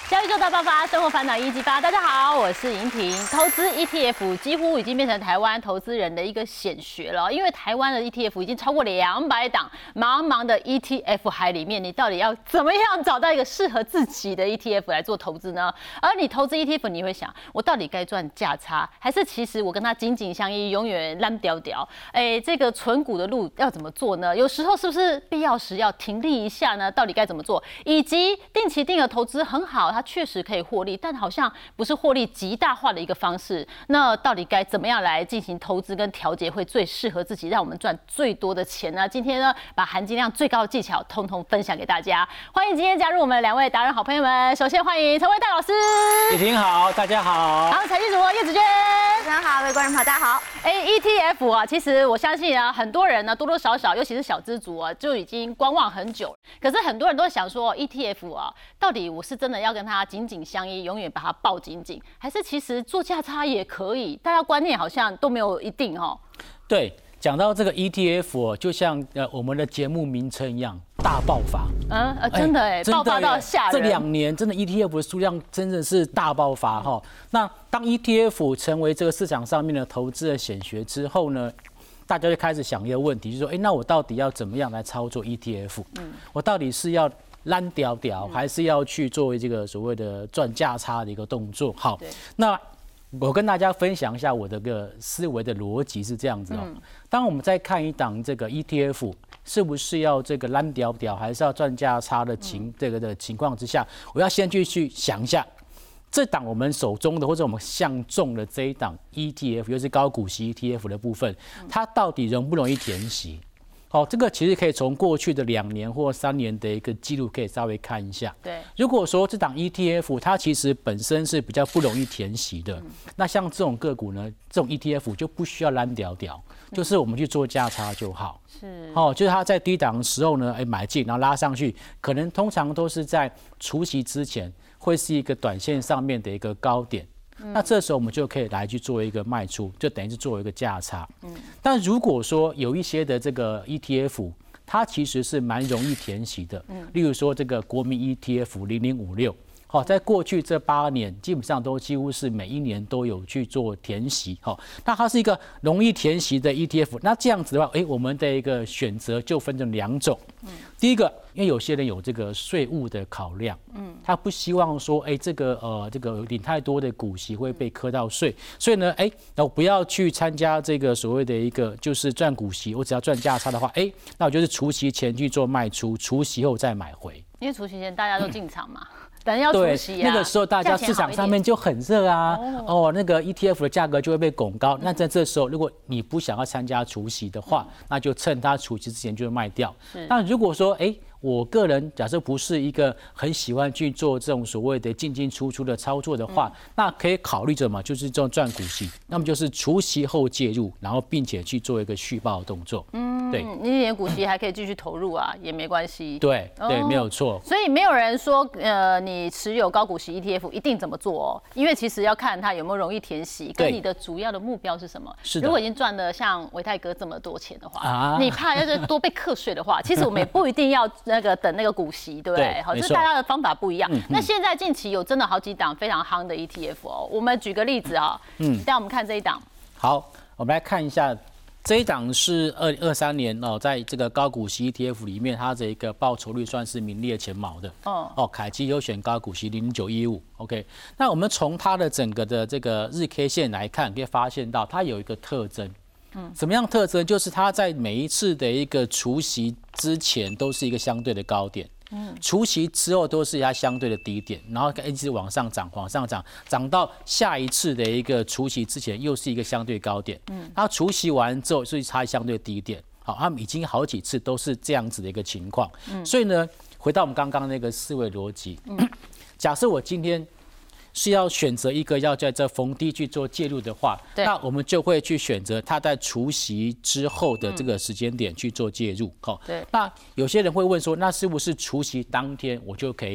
交易就大爆发，生活烦恼一激发。大家好，我是莹婷。投资 ETF 几乎已经变成台湾投资人的一个显学了，因为台湾的 ETF 已经超过200档，茫茫的 ETF 海里面，你到底要怎么样找到一个适合自己的 ETF 来做投资呢？而你投资 ETF， 你会想，我到底该赚价差，还是其实我跟它紧紧相依，永远烂屌屌？这个存股的路要怎么做呢？有时候是不是必要时要停利一下呢？到底该怎么做？以及定期定额投资很好。它确实可以获利，但好像不是获利极大化的一个方式。那到底该怎么样来进行投资跟调节会最适合自己，让我们赚最多的钱呢？今天呢，把含金量最高的技巧通通分享给大家。欢迎今天加入我们的2位达人好朋友们。首先欢迎陈伟大老师， 雨婷好，大家好。 然后财经主播叶子娟， 大家好，各位观众朋友，大家好。 ETF 啊，其实我相信啊，很多人呢多多少少，尤其是小资族啊，就已经观望很久。可是很多人都想说 ，ETF 啊，到底我是真的要跟它紧紧相依，永远把它抱紧紧，还是其实做价差也可以？大家观念好像都没有一定哦。 对，讲到这个 ETF，就像我们的节目名称一样，大爆发。 真的爆发到吓人。 这2年真的 ETF 的数量真的是大爆发哈。那当 ETF 成为这个市场上面的投资的显学之后呢，大家就开始想一个问题，就是说，那我到底要怎么样来操作 ETF？我到底是要烂屌屌，还是要去作为这个所谓的赚价差的一个动作？好，那我跟大家分享一下我的个思维的逻辑是这样子哦。当我们在看一档这个 ETF 是不是要这个烂屌屌，还是要赚价差的这个的情况之下，我要先去想一下，这档我们手中的或者我们相中的这一档 ETF， 尤其是高股息 ETF 的部分，它到底容不容易填息？这个其实可以从过去的2年或3年的一个记录可以稍微看一下。 对， 如果说这档 ETF 它其实本身是比较不容易填息的，那像这种个股呢，这种 ETF 就不需要烂屌屌，就是我们去做价差就好。是，就是它在低档的时候呢，买进，然后拉上去，可能通常都是在除息之前，会是一个短线上面的一个高点。那这时候我们就可以来去做一个卖出，就等于是做一个价差。但如果说有一些的这个 ETF， 它其实是蛮容易填息的，例如说这个国民 ETF 0056。在过去这8年，基本上都几乎是每一年都有去做填息。那它是一个容易填息的 ETF。那这样子的话，我们的一个选择就分成2种。第一个，因为有些人有这个税务的考量，他不希望说，这个领太多的股息会被课到税，所以呢，我不要去参加这个所谓的一个就是赚股息，我只要赚价差的话，那我就是除息前去做卖出，除息后再买回。 因为除息前大家都进场嘛。等要除息那个时候大家市场上面就很热啊，那个 ETF 的价格就会被拱高。那在这时候，如果你不想要参加除息的话，那就趁它除息之前就卖掉。那如果说，我个人假设不是一个很喜欢去做这种所谓的进进出出的操作的话，那可以考虑着嘛，就是这种赚股息，那么就是除息后介入，然后并且去做一个续报的动作。对， 你连股息还可以继续投入啊，也没关系。 对，没有错。 所以没有人说，你持有高股息 ETF 一定怎么做哦，因为其实要看它有没有容易填息，跟你的主要的目标是什么。是的。如果已经赚了像维泰哥这么多钱的话，你怕要是多被课税的话，其实我们也不一定要等那个股息，对不对？好，就是大家的方法不一样。那现在近期有真的好几档非常夯的 ETF 哦，我们举个例子啊，带我们看这一档。 好，我们来看一下。这一档是2023年在这个高股息 ETF 里面，它的一个报酬率算是名列前茅的。凯基优选高股息00915。OK， 那我们从它的整个的这个日 K 线来看，可以发现到它有一个特征。什么样特征？就是它在每一次的一个除息之前都是一个相对的高点。除息之后都是它相对的低点，然后一直往上涨，涨到下一次的一个除息之前又是一个相对高点。然后除息完之后是它相对低点。好，他们已经好几次都是这样子的一个情况。所以呢，回到我们刚刚那个思维逻辑，假设我今天是要选择一个要在这逢低去做介入的话，那我们就会去选择它在除息之后的这个时间点去做介入。那有些人会问说，那是不是除息当天我就可以买？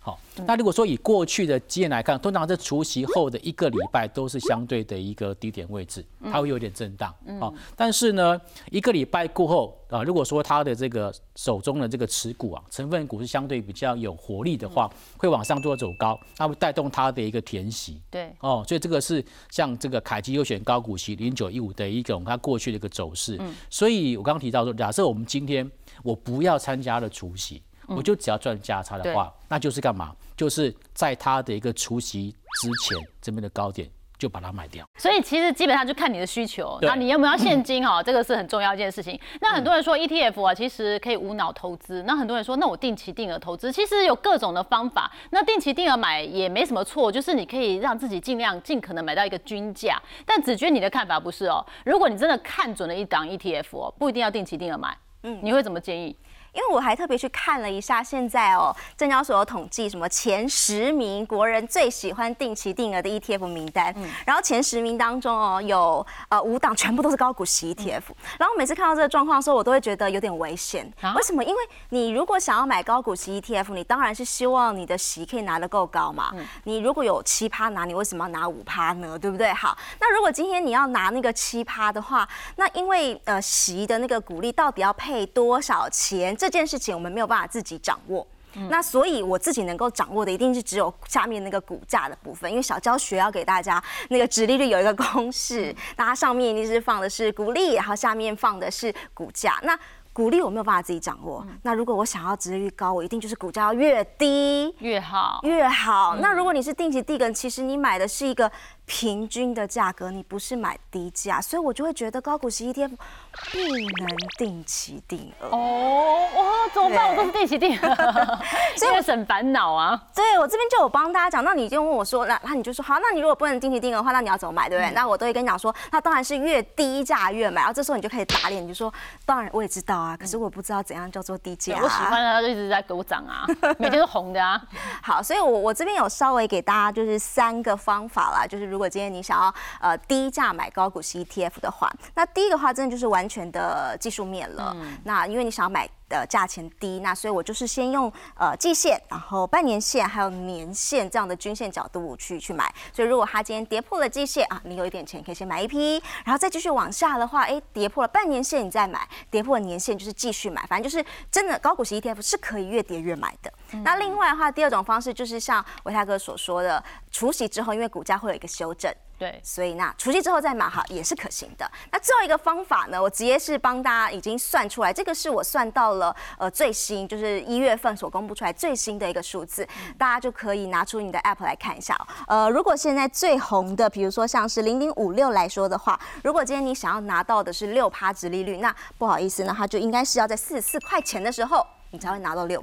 好，那如果说以过去的经验来看，通常这除息后的1个礼拜都是相对的一个低点位置，它会有点震荡。好，但是呢，1个礼拜过后如果说它的这个手中的这个持股成分股是相对比较有活力的话，会往上做走高，它会带动它的一个填息。 对， 所以这个是像这个凯基优选高股息0915的一种它过去的一个走势。所以我刚刚提到说，假设我们今天我不要参加了除息，我就只要赚价差的话，那就是干嘛？就是在它的一个除息之前这边的高点就把它买掉。 所以其实基本上就看你的需求，那你有没有现金这个是很重要一件事情。那很多人说 ETF 其实可以无脑投资，那很多人说那我定期定额投资，其实有各种的方法。那定期定额买也没什么错，就是你可以让自己尽可能买到一个均价。但子娟你的看法不是如果你真的看准了一档 ETF 不一定要定期定额买，你会怎么建议？ 因为我还特别去看了一下，现在证交所有统计什么前10名国人最喜欢定期定额的 ETF 名单，然后前10名当中有5档全部都是高股息 ETF，然后每次看到这个状况的时候，我都会觉得有点危险。为什么？因为你如果想要买高股息 ETF， 你当然是希望你的息可以拿得够高嘛。你如果有7%拿，你为什么要拿5%呢？对不对？好，那如果今天你要拿那个7%的话，那因为息的那个股利到底要配多少钱？这件事情我们没有办法自己掌握，那所以我自己能够掌握的一定是只有下面那个股价的部分，因为小教学要给大家那个殖利率有一个公式，那它上面一定是放的是股利，然后下面放的是股价。那股利我没有办法自己掌握，那如果我想要殖利率高，我一定就是股价要越低越好。 那如果你是定期定额，其实你买的是一个平均的价格，你不是买低价，所以我就会觉得高股息 ETF 不能定期定额。 哇，怎么办？我都是定期定额，所以省烦恼啊。 对，我这边就有帮大家讲，那你就问我说，那你就说好，那你如果不能定期定额的话，那你要怎么买，对不对？那我都会跟你讲说，那当然是越低价越买。然后这时候你就开始打脸，你就说，当然我也知道啊，可是我不知道怎样叫做低价。 我喜欢它就一直在给我涨啊，每天都红的啊。 好，所以我这边有稍微给大家就是3个方法啦，就是如果今天你想要低价买高股息 ETF 的话，那第一个话真的就是完全的技术面了。那因为你想要买价钱低，那所以我就是先用季线，然后半年线还有年线这样的均线角度去买。所以如果它今天跌破了季线你有一点钱可以先买一批，然后再继续往下的话，跌破了半年线你再买，跌破了年线就是继续买，反正就是真的高股息 ETF 是可以越跌越买的。那另外的话，第二种方式就是像维泰哥所说的，除息之后，因为股价会有一个修正。 对， 所以那除息之后再买也是可行的。那最后一个方法呢，我直接是帮大家已经算出来，这个是我算到了最新，就是1月份所公布出来最新的一个数字，大家就可以拿出你的 app 来看一下。如果现在最红的，比如说像是0056来说的话，如果今天你想要拿到的是6%殖利率，那不好意思呢，它就应该是要在44块钱的时候，你才会拿到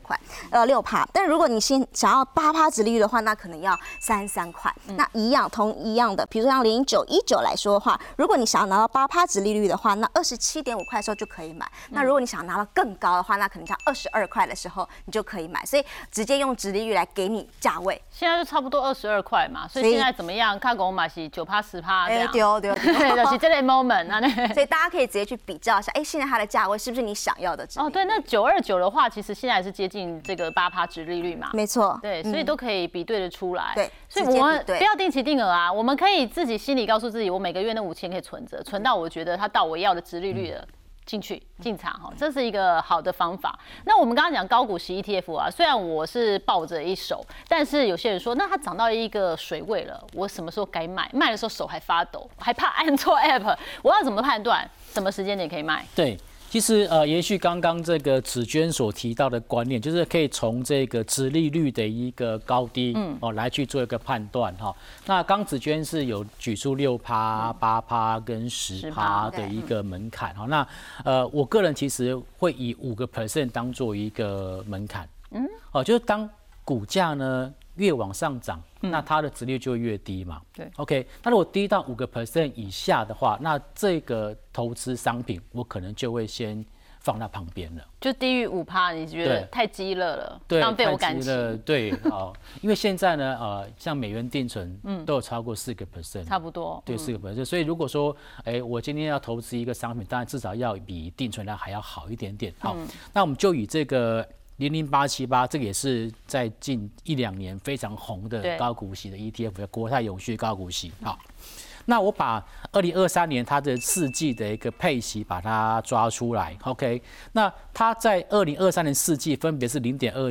6%。但如果你想要8%殖利率的话，那可能要33块。那一样的，比如说像0919来说的话，如果你想要拿到8%殖利率的话，那27.5块的时候就可以买。那如果你想要拿到更高的话，那可能像22块的时候你就可以买。所以直接用殖利率来给你价位。 现在就差不多22块嘛，所以现在怎么样？看我买是9%、10%这样。 对， 就是这类 moment 所以大家可以直接去比较一下，现在它的价位是不是你想要的殖利率？ 对，那929的话，其实现在是接近这个8%殖利率嘛。 没错。 对，所以都可以比对得出来。 对， 所以我们不要定期定额啊，我们可以自己心里告诉自己，我每个月那5000可以存着，存到我觉得它到我要的殖利率了。进场这是一个好的方法。那我们刚刚讲高股息 ETF 虽然我是抱着一手，但是有些人说，那它涨到一个水位了，我什么时候该卖？卖的时候手还发抖，还怕按错 app， 我要怎么判断什么时间点可以卖？ 对。其实延续刚刚这个子娟所提到的观念，就是可以从这个殖利率的一个高低来去做一个判断哈。那刚子娟是有举出6%、8%跟10%的一个门槛哈。那我个人其实会以5% 当做一个门槛，就是当股价呢越往上涨，那它的殖利率就越低嘛。 对 ，OK。那如果低到5% 以下的话，那这个投资商品我可能就会先放在旁边了。 就低于5%，你觉得太激烈了， 对， 浪费我感情。对，因为现在呢，像美元定存，都有超过4%， 差不多。 对，4%。所以如果说，我今天要投资一个商品，当然至少要比定存量还要好一点点。好，那我们就以这个 00878，这个也是在近1-2年非常红的高股息的 ETF， 叫国泰永续高股息。好，那我把2023年它的4季的一个配息把它抓出来 ，OK， 那它在2023年4季分别是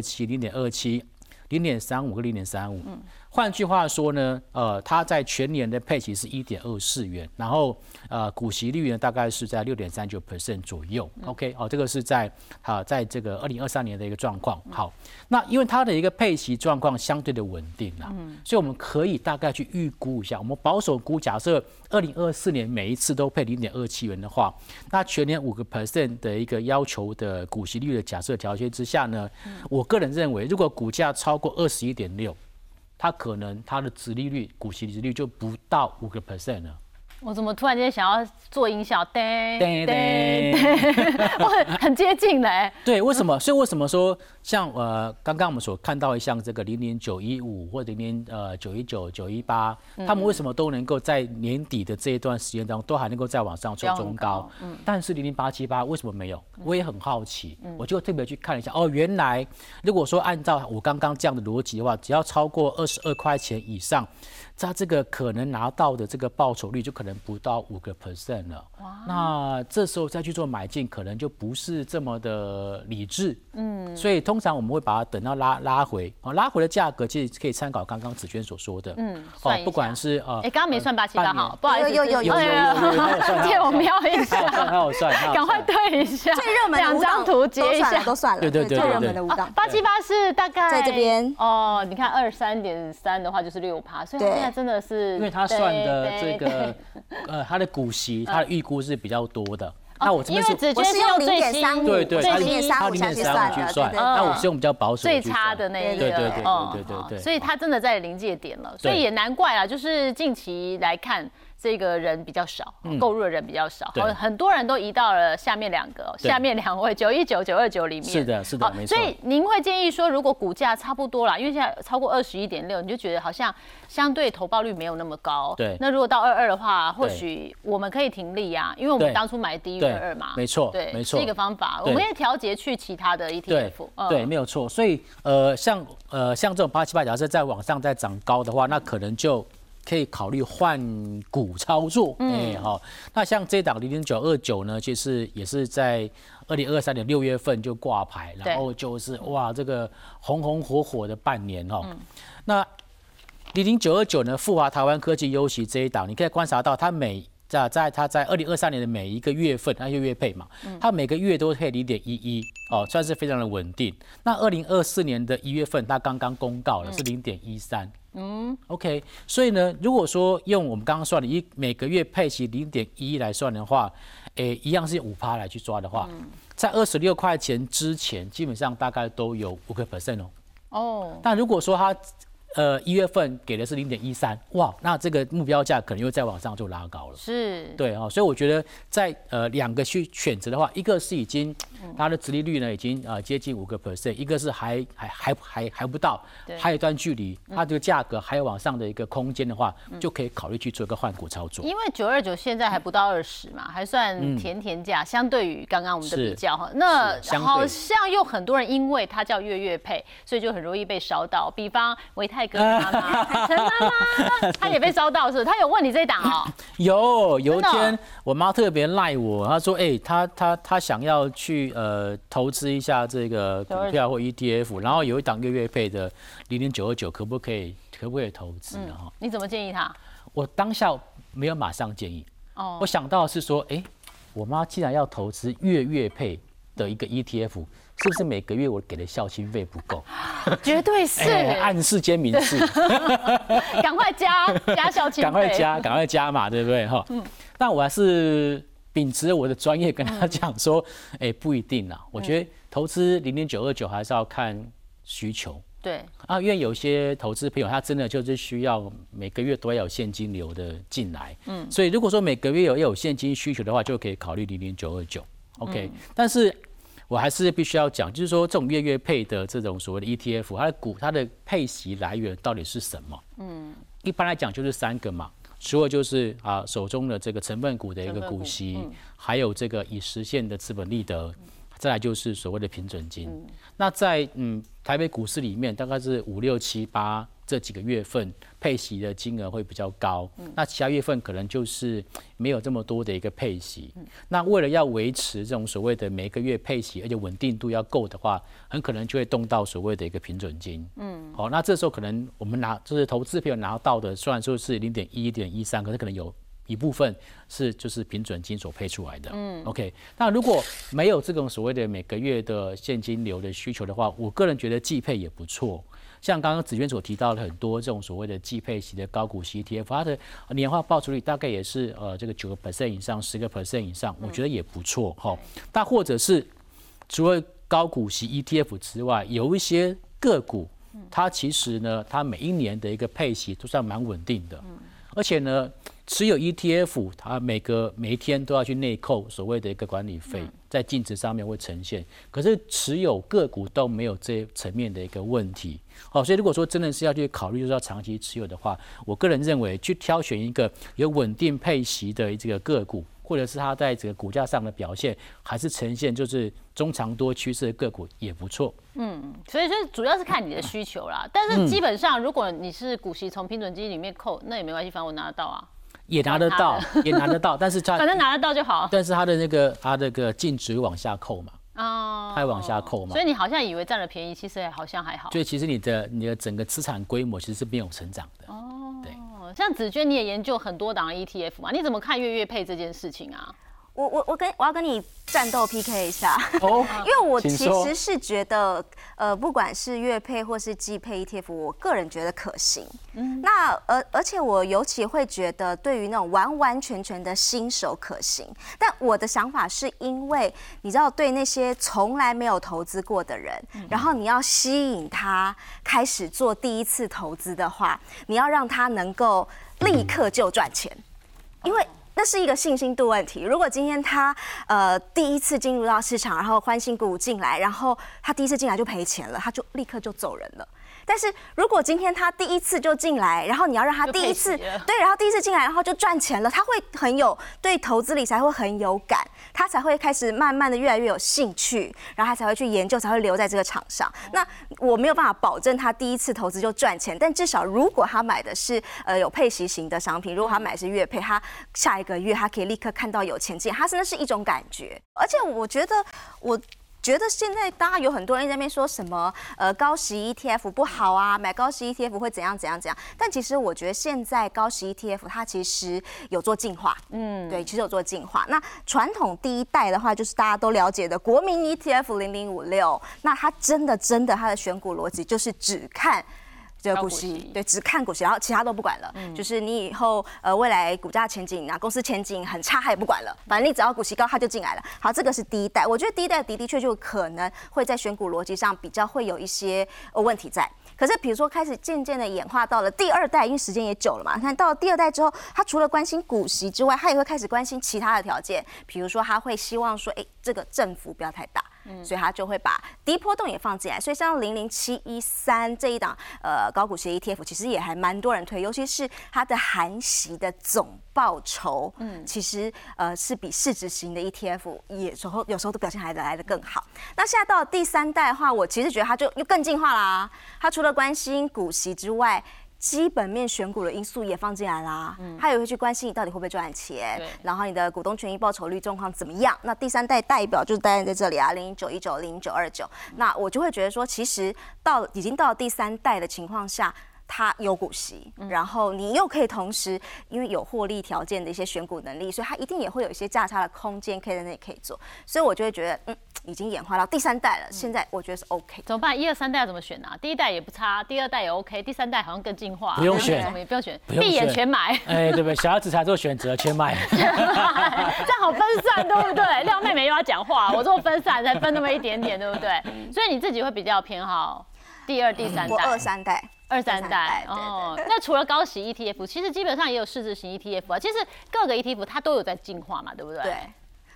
0.27、0.27、0.35跟0.35。换句话说呢，它在全年的配息是1.24元，然后股息率呢大概是在6.39% 左右。OK， 这个是在这个2023年的一个状况。好，那因为它的一个配息状况相对的稳定啦，所以我们可以大概去预估一下，我们保守估，假设2024年每一次都配0.27元的话，那全年5% 的一个要求的股息率的假设条件之下呢，我个人认为，如果股价超过21.6，它可能它的殖利率、股息殖利率就不到5% 了。 我怎么突然间想要做音效？噔噔噔，我很接近嘞。 对，为什么？所以为什么说像刚刚我们所看到像这个00915或者919、918，他们为什么都能够在年底的这一段时间当中都还能够再往上做中高？但是00878为什么没有？我也很好奇，我就特别去看一下。原来如果说按照我刚刚这样的逻辑的话，只要超过22块钱以上，它这个可能拿到的这个报酬率就可能不到5% 了。那这时候再去做买进，可能就不是这么的理智。所以通常我们会把它等到拉回，拉回的价格其实可以参考刚刚子娟所说的。不管是刚刚没算878好，不好意思， 有借我瞄一下， 还有算， 赶快对一下， 最热门的 2张图截一下， 都算了， 对， 最热门的5档 ，878是大概在这边哦，你看23.3的话就是6%，所以它现在真的是， 因为它算的这个它的股息，它的预估是比较多的。那我这边因为子娟是用 0.35， 对， 它0.35下去算的， 那我是用比较保守最差的那一个， 对， 所以它真的在临界点了，所以也难怪啦，就是近期来看。这个人比较少，购入的人比较少，很多人都移到了下面2个，下面2位919、929里面。 是的，没错。 所以您会建议说，如果股价差不多啦，因为现在超过21.6，你就觉得好像相对投报率没有那么高。 对。 那如果到22的话，或许我们可以停利啊，因为我们当初买低于22嘛。 没错， 对， 没错， 是一个方法。我们可以调节去其他的 ETF。 对，没有错。所以像这种878，假设在往上再涨高的话，那可能就可以考虑换股操作，那像这档00929呢，其实也是在2023年6月份就挂牌，然后就是哇，这个红火火的半年那00929呢，富华台湾科技优息这一档，你可以观察到它在2023年的每一个月份，它月配嘛，它每个月都配0.11，算是非常的稳定。那2024年的1月份，它刚刚公告了是0.13。OK， 所以呢，如果说用我们刚刚算的每个月配息0.11来算的话，一样是用5%来去抓的话，在26块钱之前，基本上大概都有5% 哦。但如果说它1月份给的是0.13，哇，那这个目标价可能又再往上就拉高了。 是， 对所以我觉得在2个去选择的话，一个是已经它的殖利率呢已经接近5%，一个是还不到，还有一段距离，它这个价格还有往上的一个空间的话，就可以考虑去做一个换股操作。 因为929现在还不到20嘛，还算甜价，相对于刚刚我们的比较那好像又很多人因为它叫月配，所以就很容易被烧到，比方维泰哥的妈妈陈妈妈，她也被烧到，是不是？她有问你这一档哦？ 有一天我妈特别赖我，她说她想要去投资一下这个股票或 ETF， 然后有一档月配的00929，可不可以投资呢？ 你怎么建议她？ 我当下没有马上建议，我想到的是说，我妈既然要投资月配的一个 ETF。是不是每个月我给的孝心费不够？ 绝对是， 暗示兼明示， 赶快加孝心费， 赶快加嘛，对不对但我还是秉持我的专业跟他讲说，不一定啦，我觉得投资00929还是要看需求。 对因为有些投资朋友他真的就是需要每个月都要有现金流的进来，所以如果说每个月有现金需求的话，就可以考虑00929。OK，但是我还是必须要讲，就是说这种月配的这种所谓的 ETF， 它的配息来源到底是什么？一般来讲就是3个嘛，除了就是手中的这个成分股的一个股息，还有这个已实现的资本利得， 再来就是所谓的平准金。那在台北股市里面，大概是5、6、7、8这几个月份配息的金额会比较高，那其他月份可能就是没有这么多的一个配息。那为了要维持这种所谓的每个月配息，而且稳定度要够的话，很可能就会动到所谓的一个平准金。好，那这时候可能我们就是投资朋友拿到的，虽然说是0.1、1.13，可是可能有一部分是就是平准金所配出来的。OK， 那如果没有这种所谓的每个月的现金流的需求的话，我个人觉得季配也不错。像刚刚子娟所提到的很多这种所谓的季配息的高股息 ETF， 它的年化报酬率大概也是这个9% 以上，10% 以上，我觉得也不错哈。但或者是除了高股息 ETF 之外，有一些个股，它其实呢，它每一年的一个配息都算蛮稳定的，而且呢，持有 ETF， 它每一天都要去内扣所谓的一个管理费，在净值上面会呈现。可是持有个股都没有这层面的一个问题。好，所以如果说真的是要去考虑，就是要长期持有的话，我个人认为去挑选一个有稳定配息的这个个股，或者是它在这个股价上的表现，还是呈现就是中长多趋势的个股也不错。 所以主要是看你的需求啦。但是基本上，如果你是股息从平准基金里面扣，那也没关系，反正我拿得到啊。 也拿得到，也拿得到，但是它反正拿得到就好。 但是它的那个净值往下扣嘛。它会往下扣嘛， 所以你好像以为占了便宜，其实好像还好。 所以其实你的整个资产规模其实是没有成长的。对。 像子娟，你也研究很多档 ETF 嘛，你怎么看月配这件事情啊？ 我要跟你战斗 PK 一下，因为我其实是觉得，不管是月配或是季配 ETF， 我个人觉得可行。那而且我尤其会觉得，对于那种完完全全的新手可行。但我的想法是因为，你知道，对那些从来没有投资过的人，然后你要吸引他开始做第一次投资的话，你要让他能够立刻就赚钱，因为那是一个信心度问题。如果今天他第一次进入到市场，然后欢欣鼓舞进来，然后他第一次进来就赔钱了，他就立刻就走人了。但是如果今天他第一次就进来，然后你要让他第一次对，然后第一次进来，然后就赚钱了，他会很有对投资理财会很有感，他才会开始慢慢的越来越有兴趣，然后他才会去研究，才会留在这个场上。那我没有办法保证他第一次投资就赚钱，但至少如果他买的是有配息型的商品，如果他买的是月配，他下一个月他可以立刻看到有钱进，他真的是一种感觉。而且我觉得现在大家有很多人在那边说什么高息 ETF 不好啊，买高息 ETF 会怎样怎样怎样。但其实我觉得现在高息 ETF 它其实有做进化，对，其实有做进化。那传统第一代的话，就是大家都了解的国民 ETF 0056，那它真的它的选股逻辑就是只看这个股息，对，只看股息，然后其他都不管了。就是你以后未来股价前景啊，公司前景很差，他也不管了，反正你只要股息高，他就进来了。好，这个是第一代，我觉得第一代的确就可能会在选股逻辑上比较会有一些问题在。可是，比如说开始渐渐的演化到了第二代，因为时间也久了嘛，看到了第二代之后，他除了关心股息之外，他也会开始关心其他的条件，比如说他会希望说，这个振幅不要太大，所以他就会把低波动也放进来。所以像00713这一档高股息 ETF， 其实也还蛮多人推，尤其是它的含息的总报酬，其实是比市值型的 ETF 有时候都表现还来得更好。那现在到了第三代的话，我其实觉得它就又更进化啦。它除了关心股息之外，基本面选股的因素也放进来啦，它也会去关心你到底会不会赚钱，然后你的股东权益报酬率状况怎么样。那第三代代表就是代表在这里啊，00919、00929。那我就会觉得说，其实已经到了第三代的情况下，它有股息，然后你又可以同时因为有获利条件的一些选股能力，所以它一定也会有一些价差的空间可以在那里可以做。所以我就会觉得，已经演化到第三代了，现在我觉得是 OK。 怎么办？1、2、3代要怎么选啊？第一代也不差，第二代也 OK， 第三代好像更进化。 不用选， 不用选，闭眼全买。 对不对？小孩子才做选择，全买。 这样好分散，对不对？廖妹妹又要讲话，我这么分散才分那么一点点，对不对？所以你自己会比较偏好第二、第三代。 我2、3代。 2、3代哦，那除了高息 ETF， 其实基本上也有市值型 ETF 啊。其实各个 ETF 它都有在进化嘛，对不对？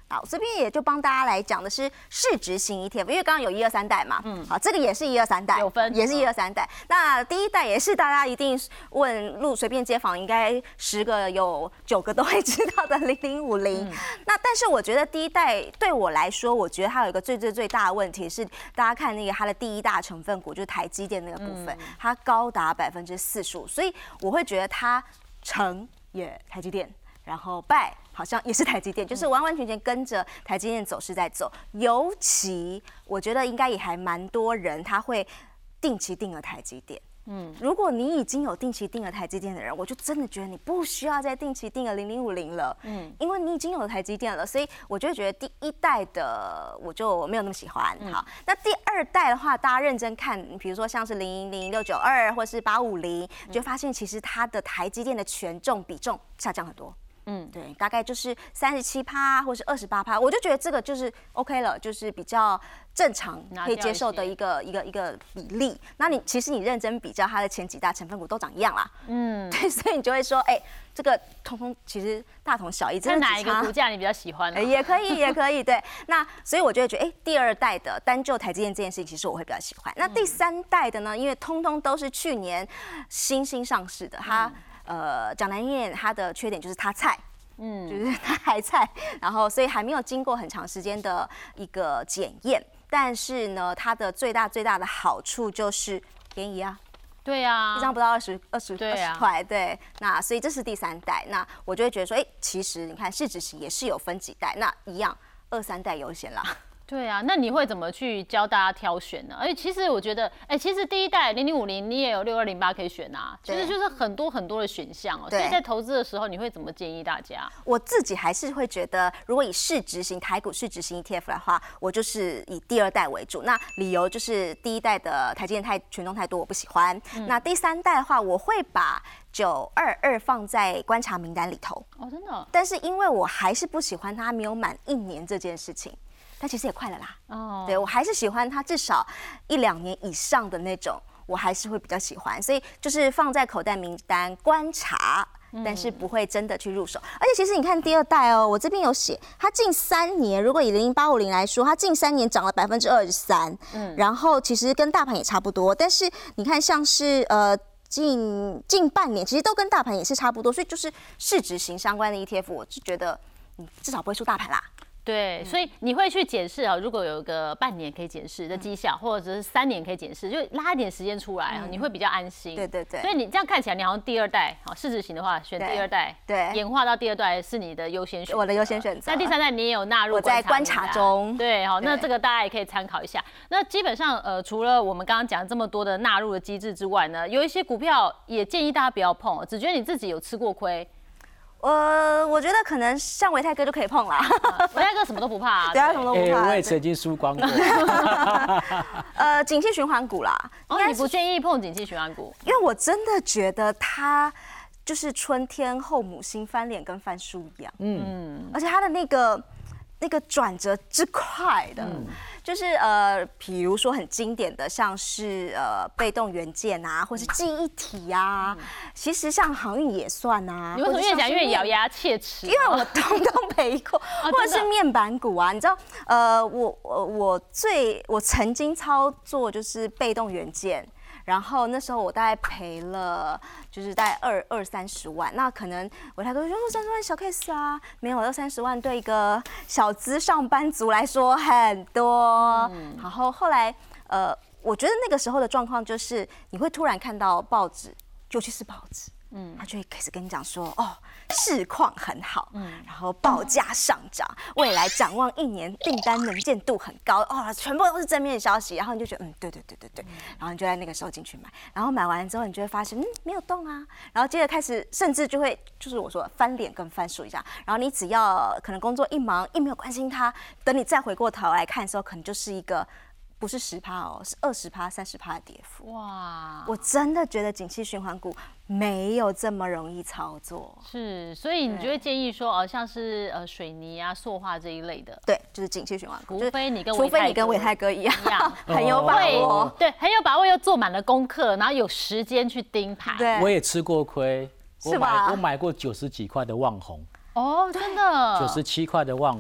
好，这边也就帮大家来讲的是市值型 ETF， 因为刚刚有1、2、3代嘛，好，这个也是1、2、3代， 有分， 也是1、2、3代。那第一代也是大家一定问随便街访，应该10个有9个都会知道的0050。那但是我觉得第一代对我来说，我觉得它有一个最大的问题是，大家看那个它的第一大成分股就是台积电那个部分，它高达45%，所以我会觉得它成也台积电。然后败好像也是台积电，就是完完全全跟着台积电走势在走。尤其我觉得应该也还蛮多人他会定期定额台积电。如果你已经有定期定额台积电的人，我就真的觉得你不需要再定期定额0050了。因为你已经有台积电了，所以我就觉得第一代的我就没有那么喜欢。好，那第二代的话，大家认真看，比如说像是000692或是850，就发现其实它的台积电的权重比重下降很多。对，大概就是37%或是28%，我就觉得这个就是 OK 了，就是比较正常可以接受的一个比例。那你其实你认真比较它的前几大成分股都长一样啦，对，所以你就会说，这个通通其实大同小异。 那哪一个股价你比较喜欢呢？ 也可以，对。那所以我就会觉得，第二代的单就台积电这件事情，其实我会比较喜欢。那第三代的呢，因为通通都是去年新上市的，它。讲难听点，它的缺点就是它菜，就是它还菜，然后所以还没有经过很长时间的一个检验。但是呢，它的最大的好处就是便宜啊。 对啊， 一张不到20块，对。那所以这是第三代，那我就会觉得说，其实你看市值型也是有分几代，那一样2、3代优先啦。 对啊，那你会怎么去教大家挑选呢？而且其实我觉得，其实第一代0050你也有6208可以选啊，其实就是很多的选项哦。所以在投资的时候，你会怎么建议大家？ 我自己还是会觉得，如果以市值型台股市值型 ETF 的话，我就是以第二代为主。那理由就是第一代的台积电权重太多，我不喜欢。那第三代的话，我会把922放在观察名单里头。 哦，真的。 但是因为我还是不喜欢它没有满1年这件事情。但其实也快了啦，对，我还是喜欢它至少1、2年以上的那种，我还是会比较喜欢，所以就是放在口袋名单观察，但是不会真的去入手。而且其实你看第二代哦，我这边有写，它近3年，如果以00850来说，它近3年涨了23%，然后其实跟大盘也差不多，但是你看像是近半年，其实都跟大盘也是差不多，所以就是市值型相关的 ETF， 我是觉得至少不会输大盘啦。 对，所以你会去检视啊，如果有个半年可以检视的绩效，或者是3年可以检视，就拉一点时间出来啊，你会比较安心。 对。 所以你这样看起来，你好像第二代，市值型的话选第二代，对，演化到第二代是你的优先选择。 我的优先选择。 那第三代你也有纳入， 我在观察中。 对，好，那这个大家也可以参考一下。那基本上除了我们刚刚讲这么多的纳入的机制之外呢，有一些股票也建议大家不要碰，只觉得你自己有吃过亏。 我觉得可能像维泰哥就可以碰啦。 维泰哥什么都不怕， 对啊，什么都不怕。 我也曾经输光过。 景气循环股啦。 你不建议碰景气循环股？ 因为我真的觉得它就是春天后母星翻脸跟翻书一样。而且它的那个转折之快的。就是比如说很经典的，像是被动元件啊，或是记忆体啊，其实像航运也算啊。 你为什么越讲越咬牙切齿？ 因为我通通赔过，或者是面板股啊，你知道，我曾经操作就是被动元件。然后那时候我大概赔了，就是大概20-30万。那可能我太多说30万小 case 啊，没有20-30万对一个小资上班族来说很多。然后后来我觉得那个时候的状况就是，你会突然看到报纸，尤其是报纸。他就会开始跟你讲说，市况很好，然后报价上涨，未来展望1年订单能见度很高，全部都是正面消息，然后你就觉得，对，然后你就在那个时候进去买，然后买完之后，你就会发现，没有动啊，然后接着开始，甚至就会，就是我说翻脸跟翻书一下，然后你只要可能工作一忙，一没有关心它，等你再回过头来看的时候，可能就是一个。不是10%哦，是20%、30%的跌幅。哇！我真的觉得景气循环股没有这么容易操作。 是，所以你就会建议说，像是水泥啊、塑化这一类的， 对，就是景气循环股。 除非你跟维泰哥一样，很有把握。 对，很有把握，又做满了功课，然后有时间去盯盘。 对， 我也吃过亏， 是吧？ 我买过90几块的旺宏。 哦，真的 ，97块的旺宏，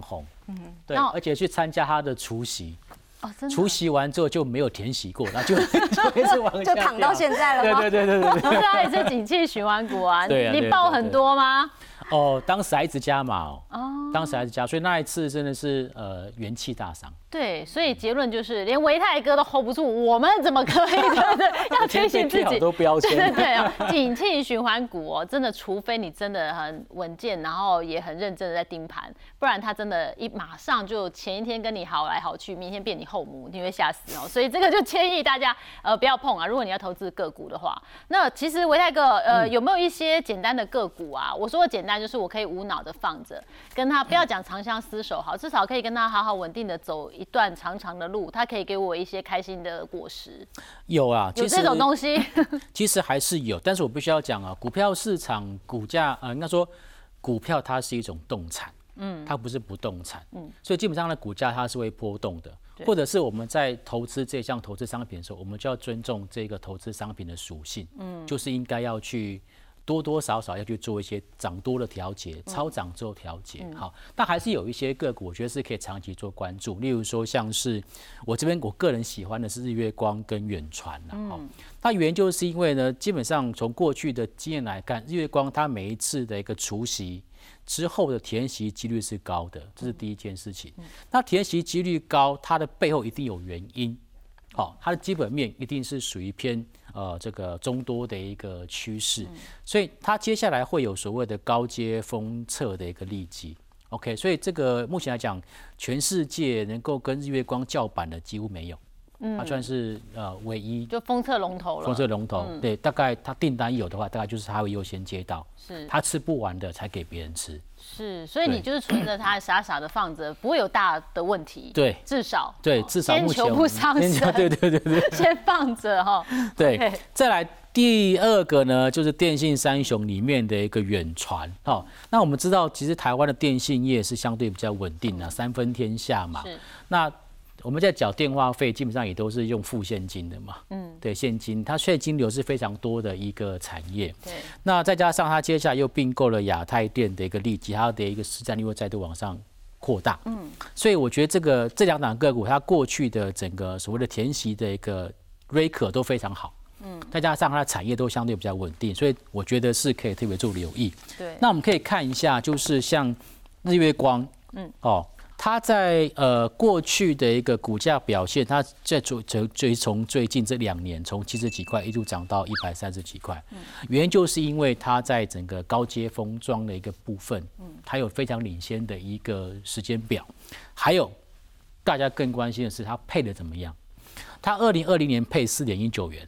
对，而且去参加他的除夕。除夕完之后就没有填息过，然后就一直往下就躺到现在了吗？ 对。 它也是景气循环股啊。 对啊。 你报很多吗？ 当时还一直加码当时还是加，所以那一次真的是元气大伤。 对，所以结论就是连维泰哥都 hold 不住，我们怎么可以？对，要提醒自己。 好多标签。 对，景气循环股真的，除非你真的很稳健，然后也很认真的在盯盘，不然它真的马上就前一天跟你好来好去，明天变你后母，你会吓死所以这个就建议大家不要碰啊。如果你要投资个股的话，那其实维泰哥有没有一些简单的个股啊？我说的简单就是我可以无脑的放着，跟他不要讲长相厮守好，至少可以跟他好好稳定的走一段长长的路，他可以给我一些开心的果实。 有啊， 有这种东西。 其实还是有，但是我必须要讲股票市场股价应该说股票它是一种动产，它不是不动产，所以基本上的股价它是会波动的。或者是我们在投资这项投资商品的时候，我们就要尊重这个投资商品的属性，就是应该要去多多少少要去做一些涨多的调节，超涨之后调节。好，但还是有一些个股，我觉得是可以长期做关注。例如说，像是我这边我个人喜欢的是日月光跟远传那原因就是因为呢，基本上从过去的经验来看，日月光它每一次的一个除息之后的填息几率是高的，这是第一件事情。那填息几率高，它的背后一定有原因。它的基本面一定是属于偏这个中多的一个趋势，所以它接下来会有所谓的高阶封测的一个利基。OK， 所以这个目前来讲，全世界能够跟日月光叫板的几乎没有。它算是唯一就封测龙头了。 封测龙头，对，大概它订单有的话，大概就是它会优先接到，是它吃不完的才给别人吃。 是，所以你就是存着它，傻傻的放着，不会有大的问题。 对， 至少目前先求不伤身。 对， 先放着对，再来第二个呢，就是电信三雄里面的一个远传。那我们知道，其实台湾的电信业是相对比较稳定的，三分天下嘛。那我们在缴电话费，基本上也都是用付现金的嘛。对，现金，它现金流是非常多的一个产业。对，那再加上它接下来又并购了亚太电的一个利基，它的一个市占率会再度往上扩大。所以我觉得这两档个股，它过去的整个所谓的填息的一个 REIT 都非常好。再加上它的产业都相对比较稳定，所以我觉得是可以特别做留意。对，那我们可以看一下，就是像日月光，它在过去的一个股价表现，它在从最近这2年，从70几块一路涨到130几块，原因就是因为它在整个高阶封装的一个部分，它有非常领先的一个时间表，还有大家更关心的是它配的怎么样。它2020年配4.19元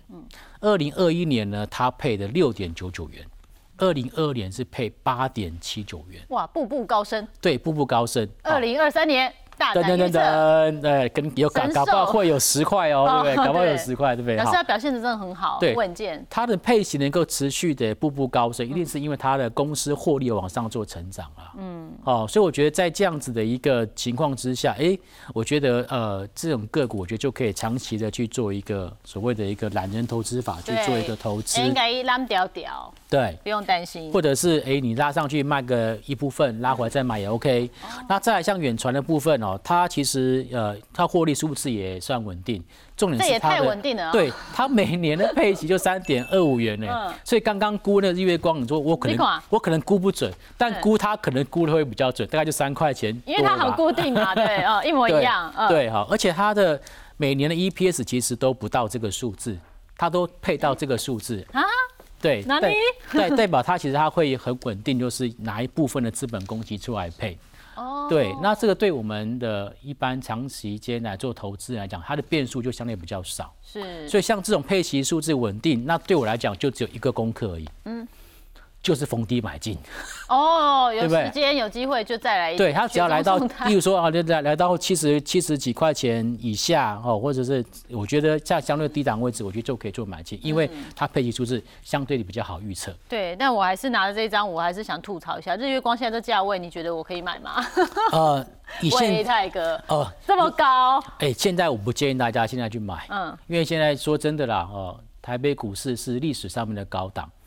，2021年呢它配的6.99元。2022年是配8.79元， 哇，步步高升。对， 步步高升。 2023年大胆预测， 对，跟有搞不好会有10块对不对？搞不好有10块，对不对？ 表示它表现得真的很好， 对， 稳健。 它的配息能够持续的步步高升，一定是因为它的公司获利往上做成长所以我觉得在这样子的一个情况之下，我觉得这种个股，我觉得就可以长期的去做一个所谓的一个懒人投资法去做一个投资， 应该拉掉掉。对，不用担心。 或者是你拉上去卖个一部分，拉回来再买也 OK。那再来像远传的部分它其实它获利数字也算稳定，重点是它的，这也太稳定了。对， 它每年的配息就3.25元呢。所以刚刚估那日月光，你说我可能估不准，但估它可能估的会比较准，大概就3块钱。 因为它很固定嘛，对一模一样。 对，而且它的每年的 EPS 其实都不到这个数字，它都配到这个数字啊。对，代表它其实它会很稳定，就是拿一部分的资本公积出来配。对，那这个对我们的一般长时间来做投资来讲，它的变数就相对比较少。是，所以像这种配息数字稳定，那对我来讲就只有一个功课而已。就是逢低买进。 有时间有机会就再来。 对，它只要来到，例如说来到70几块钱以下或者是我觉得在相对低档位置，我觉得就可以做买进，因为它配息数字相对比较好预测。 对，但我还是拿着这张，我还是想吐槽一下，日月光现在这价位，你觉得我可以买吗？维泰哥这么高， 现在我不建议大家现在去买，因为现在说真的啦，台北股市是历史上面的高档。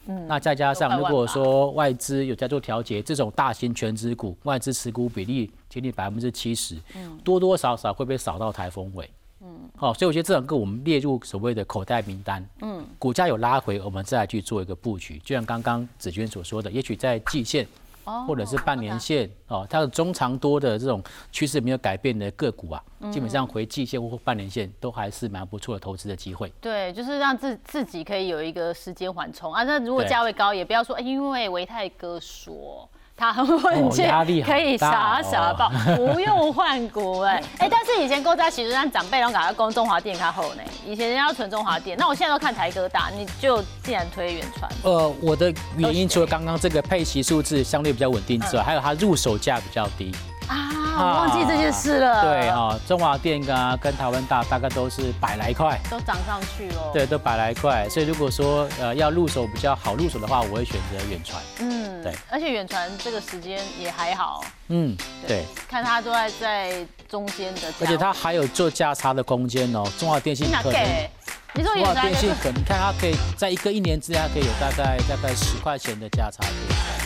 那再加上如果说外资有在做调节，这种大型全指股外资持股比例接近70%，多多少少会被扫到台风尾。好，所以我觉得这两个我们列入所谓的口袋名单。股价有拉回，我们再来去做一个布局。就像刚刚子娟所说的，也许在季线。或者是半年线它的中长多的这种趋势没有改变的个股啊，基本上回季线或半年线都还是蛮不错的投资的机会。 对，就是让自己可以有一个时间缓冲啊。那如果价位高，也不要说因为维泰哥说。他很稳健，可以傻傻报，不用换股但是以前购在其实让长辈让搞到攻中华电看后呢，以前人家要存中华电，那我现在都看台哥大，你就竟然推远传。 我的原因除了刚刚这个配息数字相对比较稳定之外，还有它入手价比较低。 我忘记这件事了。 对中华电跟台湾大概都是100来块， 都涨上去了。 对，都100来块。所以如果说要入手比较好入手的话，我会选择远传。对。而且远传这个时间也还好。 对。看它都在中间的。 而且它还有做价差的空间哦。中华电信可能。 你说中华电信可能，你看它可以在一年之内，它可以有大概10块钱的价差。